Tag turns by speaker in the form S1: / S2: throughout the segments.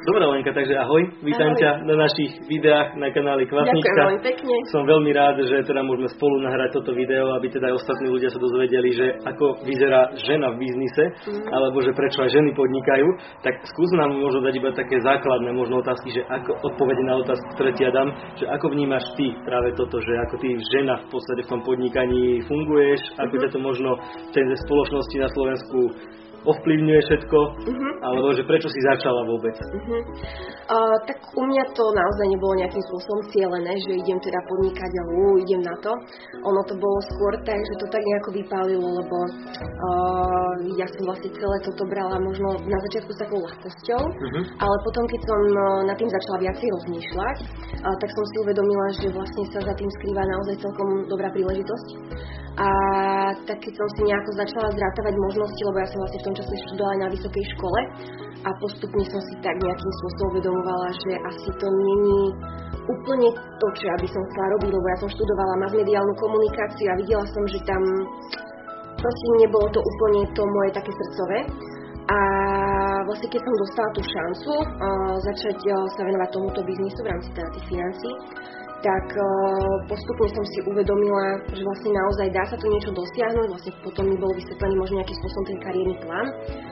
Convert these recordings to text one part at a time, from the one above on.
S1: Dobre, Lenka, takže ahoj. Vítam ťa na našich videách na kanáli Kvasnička.
S2: Ďakujem veľmi pekne.
S1: Som veľmi rád, že teda môžeme spolu nahrať toto video, aby teda aj ostatní ľudia sa dozvedeli, že ako vyzerá žena v biznise, alebo že prečo aj ženy podnikajú. Tak skús nám možno dať iba také základné možno otázky, že ako odpovede na otázky, ktoré ti ja dám, že ako vnímaš ty práve toto, že ako ty žena v podstate v tom podnikaní funguješ, ako ťa to možno v tej spoločnosti na Slovensku ovplyvňuje všetko, alebo že prečo si začala vôbec?
S2: Tak u mňa to naozaj nebolo nejakým spôsobom cielené, že idem teda podnikať a idem na to. Ono to bolo skôr tak, že to tak nejako vypálilo, lebo ja som vlastne celé toto brala možno na začiatku s takou ľahkosťou, ale potom, keď som nad tým začala viacej rozmýšľať, tak som si uvedomila, že vlastne sa za tým skrýva naozaj celkom dobrá príležitosť. A tak keď som si nejako začala zrátavať možnosti, lebo ja som vlastne v tom čase študovala na vysokej škole a postupne som si tak nejakým spôsobom uvedomovala, že asi to není úplne to, čo ja by som chcela robiť, lebo ja som študovala masmediálnu komunikáciu a videla som, že tam proste nebolo to úplne to moje také srdcové. A vlastne keď som dostala tú šancu začať sa venovať tomuto biznisu v rámci teda tých financií, tak postupne som si uvedomila, že vlastne naozaj dá sa tu niečo dosiahnuť, vlastne potom mi bol vysvetlený možno nejakým spôsobom ten kariérny plán.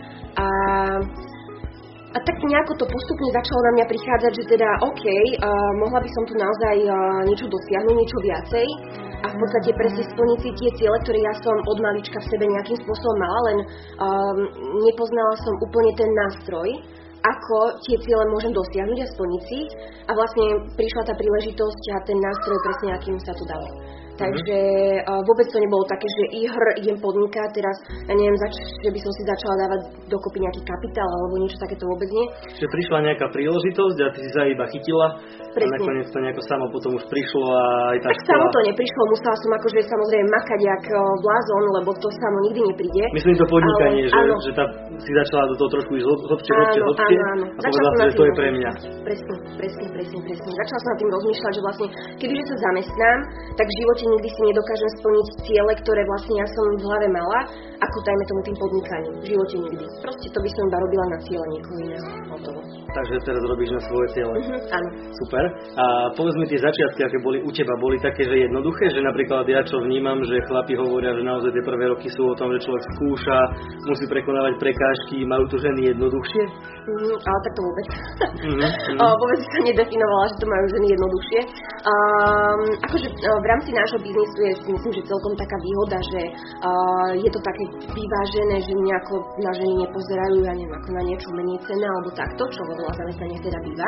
S2: A tak nejako to postupne začalo na mňa prichádzať, že teda mohla by som tu naozaj niečo dosiahnuť, niečo viacej a v podstate presne splniť si tie ciele, ktoré ja som od malička v sebe nejakým spôsobom mala, len nepoznala som úplne ten nástroj, ako tie ciele môžem dosiahnuť a splniť si. A vlastne prišla tá príležitosť a ten nástroj presne, akým sa to dalo. Takže vôbec to nebolo také, že idem podnikať, teraz ja neviem, že by som si začala dávať dokopy nejaký kapitál alebo niečo takéto vôbec nie.
S1: Čiže prišla nejaká príležitosť a ty si sa iba chytila.
S2: Presne.
S1: A nakoniec to nejako samo potom už prišlo a aj tá
S2: tak
S1: škola.
S2: samo to neprišlo, musela som akože samozrejme makať jak blázon, lebo to samo nikdy nepríde.
S1: Myslím to podnikanie,
S2: ale,
S1: že tá si začala do toho trošku ísť hlbšie
S2: áno.
S1: A povedala si, že to je pre mňa.
S2: Presne. Začala som nad tým rozmýšľať, že vlastne kebyže sa zamestnám, tak v živote nikdy si nedokážem splniť ciele, ktoré vlastne ja som v hlave mala, ako dajme tomu tým podnikaním. V živote nikdy. Proste to by som iba robila na ciele niekoho iného. Hotovo.
S1: Takže teraz robíš na svoje ciele.
S2: Áno.
S1: Super. A povedz mi tie začiatky, aké boli u teba, boli také, že jednoduché, že napríklad ja čo vnímam, že chlapi hovoria, že naozaj tie prvé roky sú o tom, že človek skúša, musí prekonávať prekážky, majú to ženy jednoduchšie?
S2: Ale tak to vôbec. Vôbec sa nedefinovala, že to majú ženy jednoduchšie. Akože v rámci nášho biznisu je si myslím, že celkom taká výhoda, že je to také vyvážené, že nejako na ženy nepozerajú, ja neviem, ako na niečo menej cenné alebo takto, čo vo veľa zamestnaniach teda býva.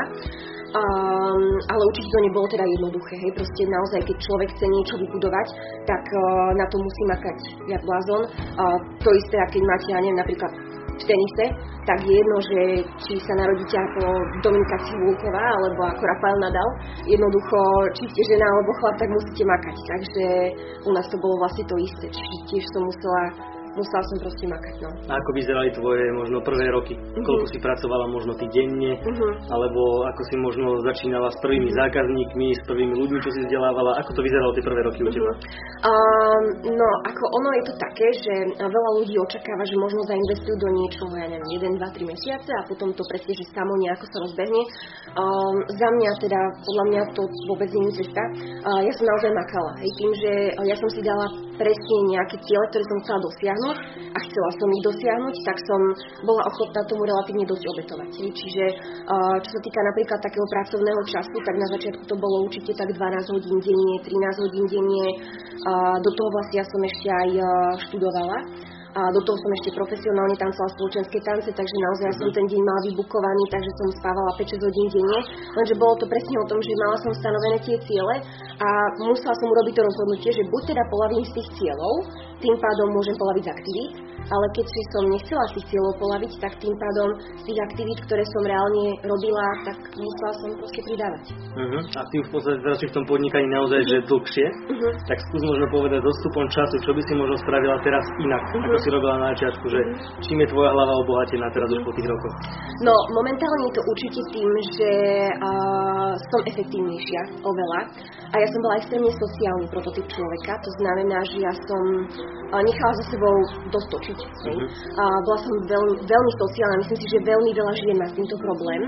S2: Ale určite to nebolo teda jednoduché, hej, proste naozaj, keď človek chce niečo vybudovať, tak na to musí makať jak blázon. To isté, keď máte, ja neviem, napríklad v tenise, tak je jedno, že či sa narodíte ako Dominika Cibulková alebo ako Rafael Nadal. Jednoducho, či ste žena alebo chlap, tak musíte makať. Takže u nás to bolo vlastne to isté. Čiže tiež som musela som proste makať, no.
S1: A ako vyzerali tvoje možno prvé roky? Koľko si pracovala možno ty denne? Alebo ako si možno začínala s prvými zákazníkmi, s prvými ľuďmi, čo si vzdelávala? Ako to vyzeralo tie prvé roky u teba?
S2: No, ako ono je to také, že veľa ľudí očakáva, že možno zainvestujú do niečoho, ja neviem, 1, 2, 3 mesiace a potom to presne, že samo nejako sa rozbehne. Za mňa teda, podľa mňa to vôbec nie je cesta. Ja som naozaj makala, hej, tým, že ja som si dala presne nejaké ciele, ktoré som chcela dosiahnuť a chcela som ich dosiahnuť, tak som bola ochotná tomu relatívne dosť obetovať. Čiže čo sa týka napríklad takého pracovného času, tak na začiatku to bolo určite tak 12 hodín denne, 13 hodín denne. Do toho vlastne ja som ešte aj študovala. A do toho som ešte profesionálne tancovala spoločenské tance, takže naozaj ja som ten deň mala vybukovaný, takže som spávala 5-6 hodín denne. Lenže bolo to presne o tom, že mala som stanovené tie ciele a musela som urobiť to rozhodnutie, že buď teda poľavím z tých cieľov, tým pádom môžem poľaviť z aktivít, ale keď si som nechcela z tých cieľov poľaviť, tak tým pádom z tých aktivít, ktoré som reálne robila, tak musela som proste pridávať.
S1: A ty v podstate teraz v tom podnikaní naozaj, že dlhšie, tak skús možno povedať dostupom času, čo by si možno spravila teraz inak, ako si robila na začiatku, že čím je tvoja hlava obohatená teraz už po tých rokoch?
S2: No, momentálne je to určite tým, že som efektívnejšia oveľa a ja som bola extrémne sociálny prototyp človeka, to znamená, že ja som nechala za sebou dosť točiť. Bola som veľmi sociálna, myslím si, že veľmi veľa žien má s týmto problém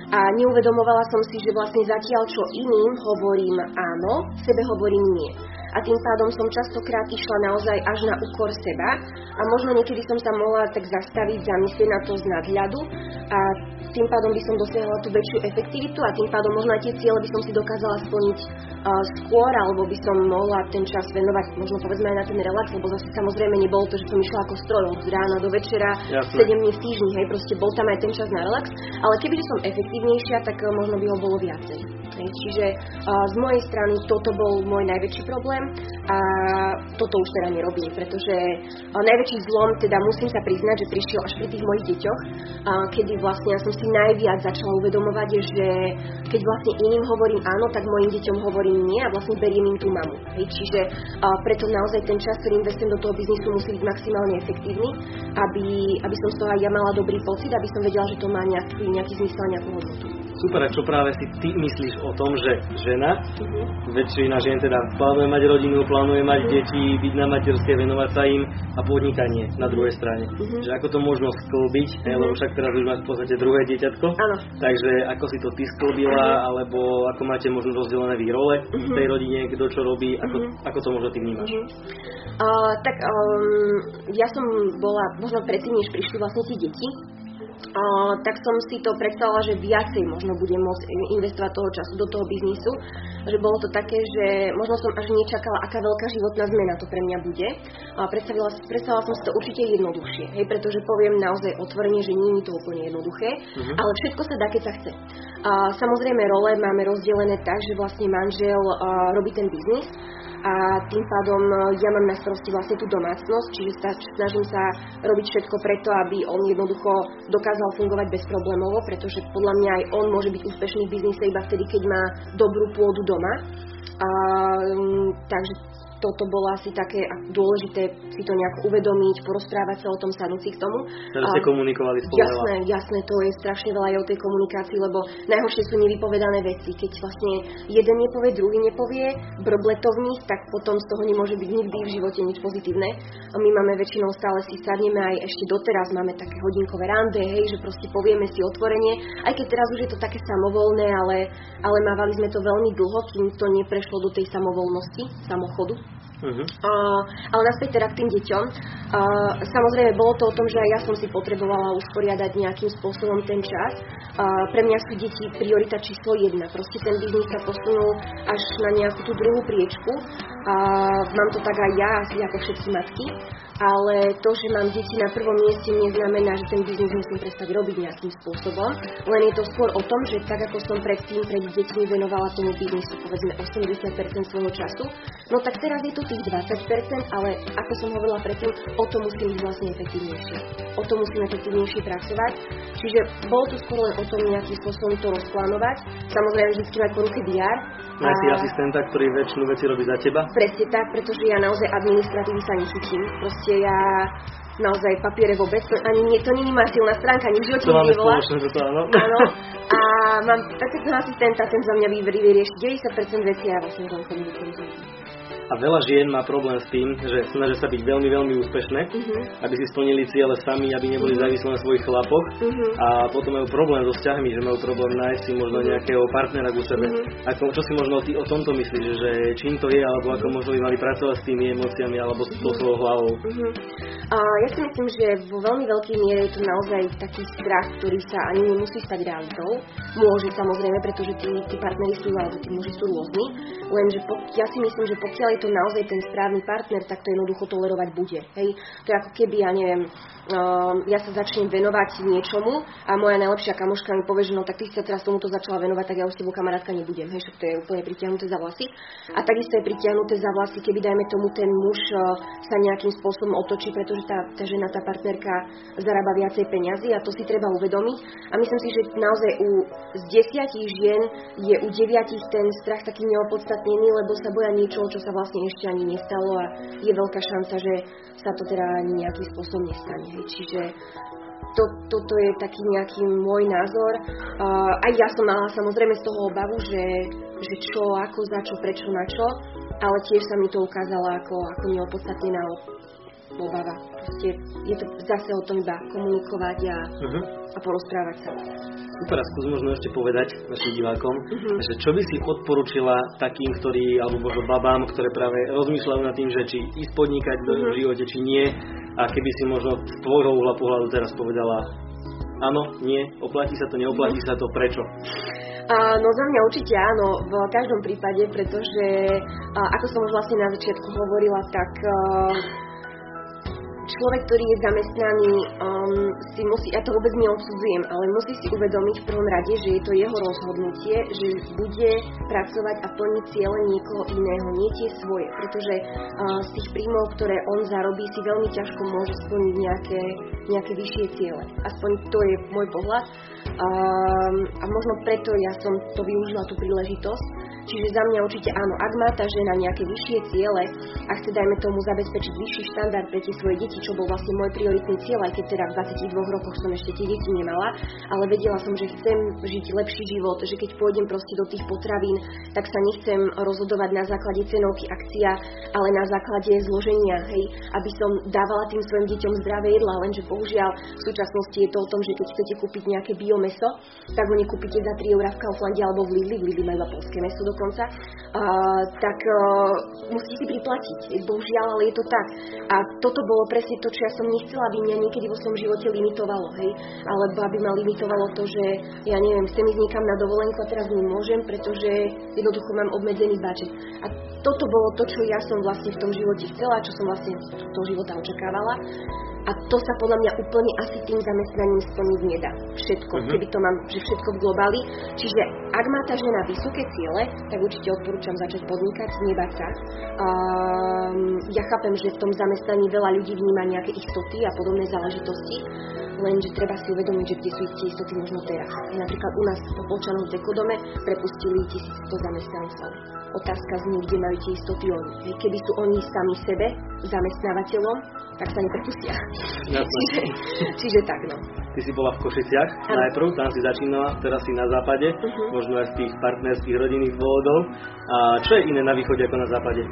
S2: A neuvedomovala som si, že vlastne zatiaľ, čo iným hovorím áno, sebe hovorím nie. A tým pádom som častokrát išla naozaj až na úkor seba a možno niekedy som sa mohla tak zastaviť, zamyslieť na to z nadhľadu a tým pádom by som dosiahla tú väčšiu efektivitu a tým pádom možno aj tie ciele by som si dokázala splniť skôr, alebo by som mohla ten čas venovať možno povedzme aj na ten relax, lebo zase samozrejme nebolo to, že som išla ako stroj od rána do večera, 7 dní v týždni, hej, proste bol tam aj ten čas na relax, ale kebyže som efektívnejšia, tak možno by ho bolo viacej. Čiže z mojej strany toto bol môj najväčší problém a toto už teda nerobím, pretože najväčší zlom, teda musím sa priznať, že prišiel až pri tých mojich deťoch, kedy vlastne ja som si najviac začala uvedomovať, že keď vlastne iným hovorím áno, tak mojim deťom hovorím nie a vlastne beriem im tú mamu. Čiže preto naozaj ten čas, ktorý investujem do toho biznisu, musí byť maximálne efektívny, aby som z toho aj ja mala dobrý pocit, aby som vedela, že to má nejaký zmysel, nejakú hodnotu.
S1: Super, a čo práve si ty myslíš o tom, že žena, väčšina žien teda plánuje mať rodinu, plánuje mať deti, byť na materskej, venovať sa im a podnikanie na druhej strane. Že ako to možno sklbiť, lebo však teraz už máš v podstate druhé dieťatko.
S2: Áno.
S1: Takže ako si to ty sklbila, alebo ako máte možno rozdelené role v tej rodine, kto čo robí, ako to možno ty vnímaš?
S2: Ja som bola možno predtým, než prišli vlastne tie deti, tak som si to predstavila, že viacej možno budem môcť investovať toho času do toho biznisu. Že bolo to také, že možno som až nečakala, aká veľká životná zmena to pre mňa bude. Predstavila som si to určite jednoduchšie, pretože poviem naozaj otvorene, že nie je to úplne jednoduché, ale všetko sa dá, keď sa chce. Samozrejme role máme rozdelené tak, že vlastne manžel robí ten biznis, a tým pádom ja mám na starosti vlastne tú domácnosť, čiže snažím sa robiť všetko preto, aby on jednoducho dokázal fungovať bezproblémovo, pretože podľa mňa aj on môže byť úspešný v biznise iba vtedy, keď má dobrú pôdu doma. Takže toto bolo asi také dôležité si to nejak uvedomiť, porozprávať sa o tom, sadnúť si k tomu.
S1: Takže ste komunikovali spolu.
S2: Jasné, to je strašne veľa aj o tej komunikácii, lebo najhoršie sú nevypovedané veci. Keď vlastne jeden nepovie, druhý nepovie, brbletovník, tak potom z toho nemôže byť nikdy v živote nič pozitívne. A my máme väčšinou stále si sadneme aj ešte doteraz, máme také hodinkové rande, že proste povieme si otvorene, aj keď teraz už je to také samovolné, ale mávali sme to veľmi dlho, kým to neprešlo do tej samovolnosti, samochodu. Ale naspäť teda k tým deťom. Samozrejme, bolo to o tom, že aj ja som si potrebovala usporiadať nejakým spôsobom ten čas. Pre mňa sú deti priorita číslo 1. Proste ten biznis sa posunul až na nejakú tú druhú priečku. Mám to tak aj ja, asi ako všetky matky. Ale to, že mám deti na prvom mieste, neznamená, že ten biznis musím prestať robiť nejakým spôsobom. Len je to skôr o tom, že tak ako som predtým pred deťmi venovala tomu biznisu povedzme 80% svojho času, no tak teraz je to tých 20%, ale ako som hovorila predtým, o to musím byť vlastne efektívnejšie. O to musím efektívnejšie pracovať. Čiže bolo to skôr len o tom nejakým spôsobom to rozplánovať. Samozrejme vždy mať po ruke VR.
S1: Máš si asistenta, ktorý väčšinu veci robí za teba?
S2: Presne tak, pretože ja naozaj administratívy sa nechytím. Proste ja naozaj papiere vôbec, ani nie, to nie je moja silná stránka, ani v živote nebola.
S1: Áno.
S2: A mám perfektného asistenta, ten za mňa vyrieši 90% vecí a ja vlastne len komunikujem.
S1: A veľa žien má problém s tým, že snažia sa byť veľmi, veľmi úspešné, aby si splnili ciele sami, aby neboli závislé na svojich chlapoch a potom majú problém so vzťahmi, že majú problém nájsť si možno nejakého partnera ku sebe. Čo si možno ty o tomto myslíš, že čím to je, alebo ako možno by mali pracovať s tými emóciami alebo s tou svojou hlavou?
S2: Ja si myslím, že vo veľmi veľkej miere je to naozaj taký strach, ktorý sa ani nemusí stať realitou. Môže samozrejme, pretože tí partneri sú, alebo tí muži sú rôzni, lenže ja si myslím, že pokiaľ je to naozaj ten správny partner, tak to jednoducho tolerovať bude. Hej? To je ako keby, ja neviem, ja sa začnem venovať niečomu a moja najlepšia kamoška mi povie, že no tak ty si sa teraz tomuto začala venovať, tak ja už s tebou kamarátka nebudem. Hej, však to je úplne pritiahnuté za vlasy. A takisto je pritiahnuté za vlasy, keby dajme tomu ten muž sa nejakým spôsobom otočí, pretože tá žena, tá partnerka zarába viacej peňazí a to si treba uvedomiť. A myslím si, že naozaj z 10 žien je u 9 ten strach taký neopodstatnený, lebo sa boja niečoho, čo sa vlastne ešte ani nestalo a je veľká šanca, že sa to teda ani nejakým spôsobom nestane. Čiže toto je taký nejaký môj názor. Aj ja som mala samozrejme z toho obavu, že čo, ako, za čo, prečo, na čo, ale tiež sa mi to ukázalo ako neopodstatnená pobava. Proste je to zase o tom iba komunikovať a porozprávať sa.
S1: Super, a skús možno ešte povedať našim divákom, že čo by si odporučila takým, ktorí, alebo možno babám, ktoré práve rozmýšľajú nad tým, že či ísť podnikať v živote, či nie, a keby si možno z tvojho uhla pohľadu teraz povedala áno, nie, oplatí sa to, neoplatí sa to, prečo?
S2: No za mňa určite áno, v každom prípade, pretože ako som už vlastne na začiatku hovorila, tak človek, ktorý je zamestnaný, si musí, ja to vôbec neodsudzujem, ale musí si uvedomiť v prvom rade, že je to jeho rozhodnutie, že bude pracovať a plniť ciele niekoho iného, nie tie svoje, pretože z tých príjmov, ktoré on zarobí, si veľmi ťažko môže splniť nejaké vyššie ciele. Aspoň to je môj pohľad. A možno preto ja som to využila tú príležitosť. Čiže za mňa určite áno, ak má tá žena nejaké vyššie ciele a chce, dajme tomu, zabezpečiť vyšší štandard pre tie svoje deti, čo bol vlastne môj prioritný cieľ, aj keď teda v 22 rokoch som ešte tie deti nemala, ale vedela som, že chcem žiť lepší život, že keď pôjdem proste do tých potravín, tak sa nechcem rozhodovať na základe cenovky akcia, ale na základe zloženia, hej, aby som dávala tým svojim deťom zdravé jedlá, lenže bohužiaľ v súčasnosti je to o tom, že keď chcete kúpiť nejaké biomeso, tak ho nekúpite za 3 € v Kauflande alebo v Lidli majú iba poľské mäso dokonca, tak musíte si priplatiť. Bohužiaľ, ale je to tak. A toto bolo presne to, čo ja som nechcela, aby mňa niekedy vo svojom živote limitovalo, hej? Alebo aby ma limitovalo to, že ja neviem, chcem ísť niekam na dovolenku a teraz nemôžem, pretože jednoducho mám obmedzený budget. A toto bolo to, čo ja som vlastne v tom živote chcela, čo som vlastne z toho života očakávala. A to sa podľa mňa úplne asi tým zamestnaním splniť nedá. Všetko, keby to mám, že všetko v globáli. Čiže ak má tá žena vysoké ciele, tak určite odporúčam začať podnikať, nebať sa. Ja chápem, že v tom zamestnaní veľa ľudí vníma nejaké istoty a podobné záležitosti, lenže treba si uvedomiť, že kde sú tie istoty možno teraz. Napríklad u nás po Polčanovom Tekodome prepustili 1100 zamestnancov. Otázka znie, kde majú tie istoty oni. Keby sú oni sami sebe, zamestnávateľom, tak sa neprepustia. Čiže tak, no.
S1: Ty si bola v Košiciach najprv, tam si začínala, teraz si na západe, možno aj z tých partnerských rodinných dôvodov. A čo je iné na východe ako na západe?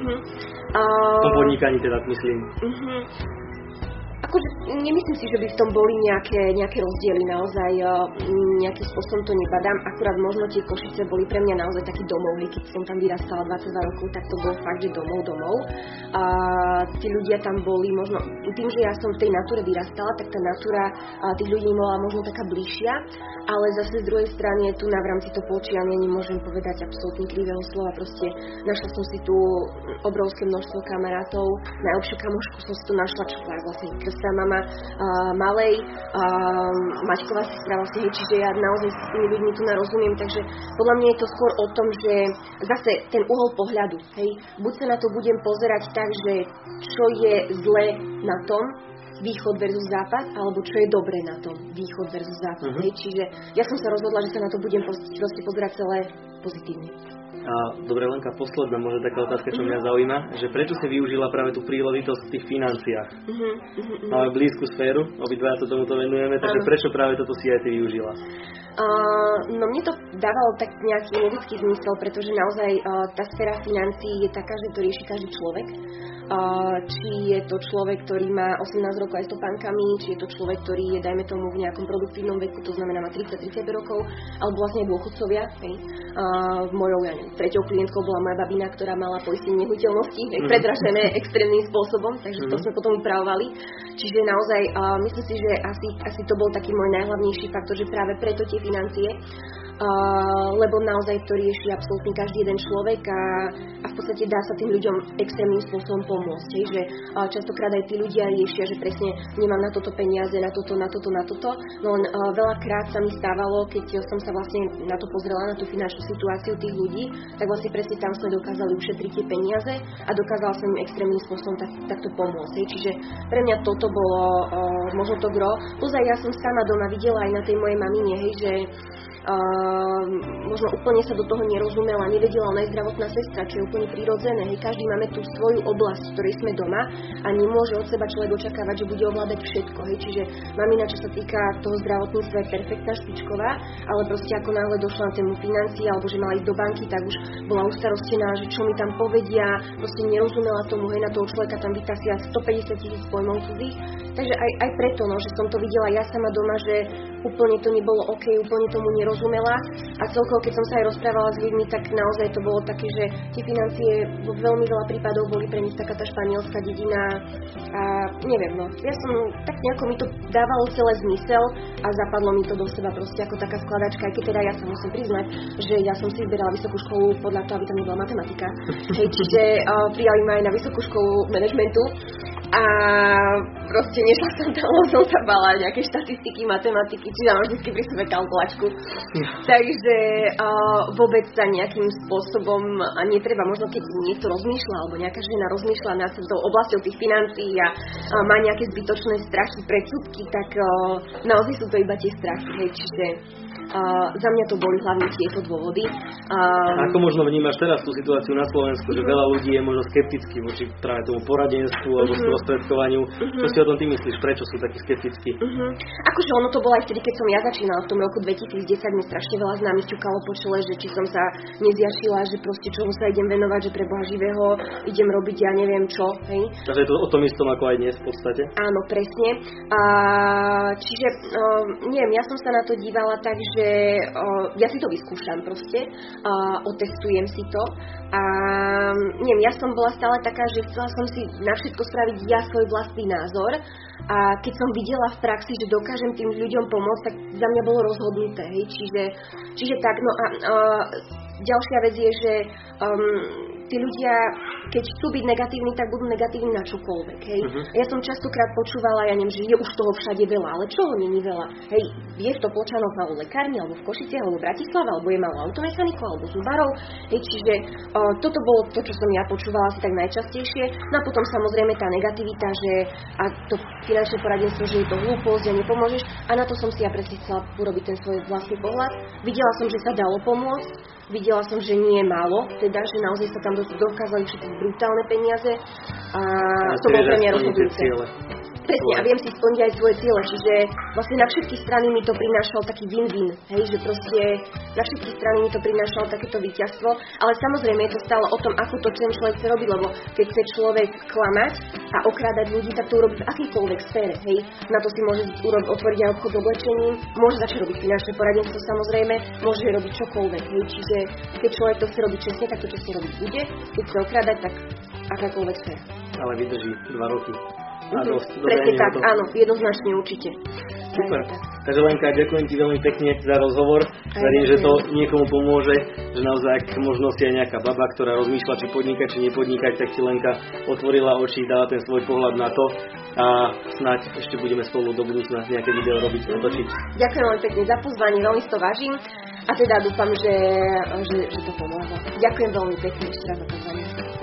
S1: V tom podnikaní teda myslím.
S2: Akože nemyslím si, že by v tom boli nejaké rozdiely, naozaj nejakým spôsobom to nebadám, akurát možno tie Košice boli pre mňa naozaj taký domov, hej, keď som tam vyrastala 22 rokov, tak to bolo fakt, že domov. A tí ľudia tam boli možno, tým, že ja som v tej natúre vyrastala, tak tá natúra tých ľudí bola možno taká bližšia, ale zase z druhej strany tu v rámci Topolčian nemôžem povedať absolútne krivého slova, proste našla som si tu obrovské množstvo kamarátov, najlepšiu kamošku som si tu našla, čo vlastne krstná mama malej, Maťková sestra vlastne, čiže ja naozaj s tými ľuďmi tu narozumiem, takže podľa mňa je to skôr o tom, že zase ten uhol pohľadu, hej, buď sa na to budem pozerať tak, že čo je zlé na tom, východ versus západ, alebo čo je dobré na tom, východ versus západ, hej, čiže ja som sa rozhodla, že sa na to budem proste pozerať celé pozitívne.
S1: A dobre, Lenka, posledná možno taká otázka, čo mňa zaujíma, že prečo si využila práve tú príležitosť v tých financiách? Máme blízku sféru, obidva sa tomuto venujeme, takže prečo práve toto si aj ty využila?
S2: No mne to dávalo tak nejaký logický zmysel, pretože naozaj tá sféra financií je taká, že to rieši každý človek. Či je to človek, ktorý má 18 rokov aj s topánkami, či je to človek, ktorý je, dajme tomu, v nejakom produktívnom veku, to znamená má 30-35 rokov, alebo vlastne dôchodcovia. Mojou, ja neviem, treťou klientkou bola moja babina, ktorá mala poistenie nehnuteľnosti, predražené extrémnym spôsobom, takže to sme potom upravovali. Čiže naozaj myslím si, že asi to bol taký môj najhlavnejší faktor, že práve preto tie financie, lebo naozaj to rieši absolútne každý jeden človek a v podstate dá sa tým ľuďom extrémnym spôsobom pomôcť. Že častokrát aj tí ľudia riešia, že presne nemám na toto peniaze, na toto. No len veľakrát sa mi stávalo, keď som sa vlastne na to pozrela, na tú finančnú situáciu tých ľudí, tak vlastne presne tam sme dokázali ušetriť tie peniaze a dokázala som im extrémnym spôsobom takto pomôcť. Čiže pre mňa toto bolo možno to gro. Pozaj, ja som sama doma videla aj na tej mojej mamine, hej, že možno úplne sa do toho nerozumela, nevedela, ona je zdravotná sestra, čo je úplne prirodzené. Hej, každý máme tú svoju oblasť, v ktorej sme doma a nemôže od seba človek očakávať, že bude ovládať všetko. Hej, čiže mamina, čo sa týka toho zdravotníctva, je perfektná, špičková, ale proste ako náhle došla na tému financií alebo že mala ísť do banky, tak už bola ustarostená, že čo mi tam povedia, proste nerozumela tomu, hej, na toho človeka tam vytasia 150 000 pojmov cudzích. Takže aj preto, no, že som to videla ja sama doma, že úplne to nebolo OK, úplne tomu nerozumela a celkovo, keď som sa aj rozprávala s ľuďmi, tak naozaj to bolo také, že tie financie vo veľmi veľa prípadov boli pre nich taká tá španielská dedina a neviem, no. Ja som tak nejako mi to dávalo celé zmysel a zapadlo mi to do seba proste ako taká skladačka, aj keď teda ja sa musím priznať, že ja som si vyberala vysokú školu podľa toho, aby tam nebola matematika. Hej, čiže prijali ma aj na vysokú školu manažmentu a proste nešla som tam, som sa bala nejaké štatistiky, matematiky, čiže mám vždy pri sebe kalkulačku. Takže vôbec sa nejakým spôsobom netreba, možno keď niekto rozmýšľa, alebo nejaká žena rozmýšľa nad tou oblasťou tých financií a má nejaké zbytočné strachy, predsudky, tak naozaj sú to iba tie strachy, hej, čiže za mňa to boli hlavne tieto dôvody.
S1: Ako možno vnímaš teraz tú situáciu na Slovensku, že veľa ľudí je možno skeptický voči práve tomu poradenstvu alebo sprostredkovaniu. Čo si o tom ty myslíš? Prečo sú takí skeptickí?
S2: Akože ono to bolo aj vtedy, keď som ja začínala v tom roku 2010, mi strašne veľa známych ťukalo po čele, že či som sa nezjašila, že proste čomu sa idem venovať, že pre Boha živého idem robiť ja neviem čo, hej.
S1: Takže je to o tom istom ako aj dnes v podstate?
S2: Áno, presne. Čiže neviem, ja som sa na to dívala tak, že ja si to vyskúšam proste, otestujem si to a neviem, ja som bola stále taká, že chcela som si na všetko spraviť ja svoj vlastný názor a keď som videla v praxi, že dokážem tým ľuďom pomôcť, tak za mňa bolo rozhodnuté, hej, čiže tak, no a ďalšia vec je, že tí ľudia, keď chcú byť negatívni, tak budú negatívni na čokoľvek, hej. Ja som častokrát počúvala, ja neviem, že je už toho všade veľa, ale čoho není veľa? Hej, je v Topolčanoch malú lekárni, alebo v Košiciach, alebo v Bratislave, alebo je malú automechaniku, alebo zubarov, hej, čiže toto bolo to, čo som ja počúvala asi tak najčastejšie. No a potom samozrejme tá negativita, že a to finančné poradenstvo, že je to hlúposť a nepomôžeš, a na to som si ja presne chcela urobiť ten svoj vlastný pohľad. Videla som, že sa dalo pomôcť, videla som, že nie je málo, teda, že naozaj sa tam dokázali všetky brutálne peniaze a to bolo pre mňa rozhodujúce. Presne, a viem si splniť aj svoje ciele, čiže vlastne na všetky strany mi to prinášalo taký win-win, hej, že proste na všetky strany mi to prinášalo takéto víťazstvo, ale samozrejme je to stále o tom, ako to ten človek chce robiť, lebo keď chce človek klamať a okrádať ľudí, tak to urobí v akýkoľvek sfére, hej. Na to si môže otvoriť aj obchod s oblečením, môže začať robiť finančné poradenstvo, samozrejme, môže robiť čokoľvek, hej, čiže keď človek to chce robiť čestne, tak to čestne robiť bude, keď chce okrádať, tak akákoľvek sféra.
S1: Ale vydrží 2 roky.
S2: Presne tak, áno, jednoznačne určite.
S1: Super. Takže Lenka, ďakujem ti veľmi pekne za rozhovor. Verím, že to niekomu pomôže, že naozaj ak možno si aj nejaká baba, ktorá rozmýšľa, či podnikať, či nepodnikať, tak ti Lenka otvorila oči, dala ten svoj pohľad na to a snáď ešte budeme spolu do budúcna nejaké video robiť, natočiť.
S2: Ďakujem veľmi pekne za pozvanie, veľmi si to vážim a teda dúfam, že to pomôže. Ďakujem veľmi pekne ešte raz za pozvanie.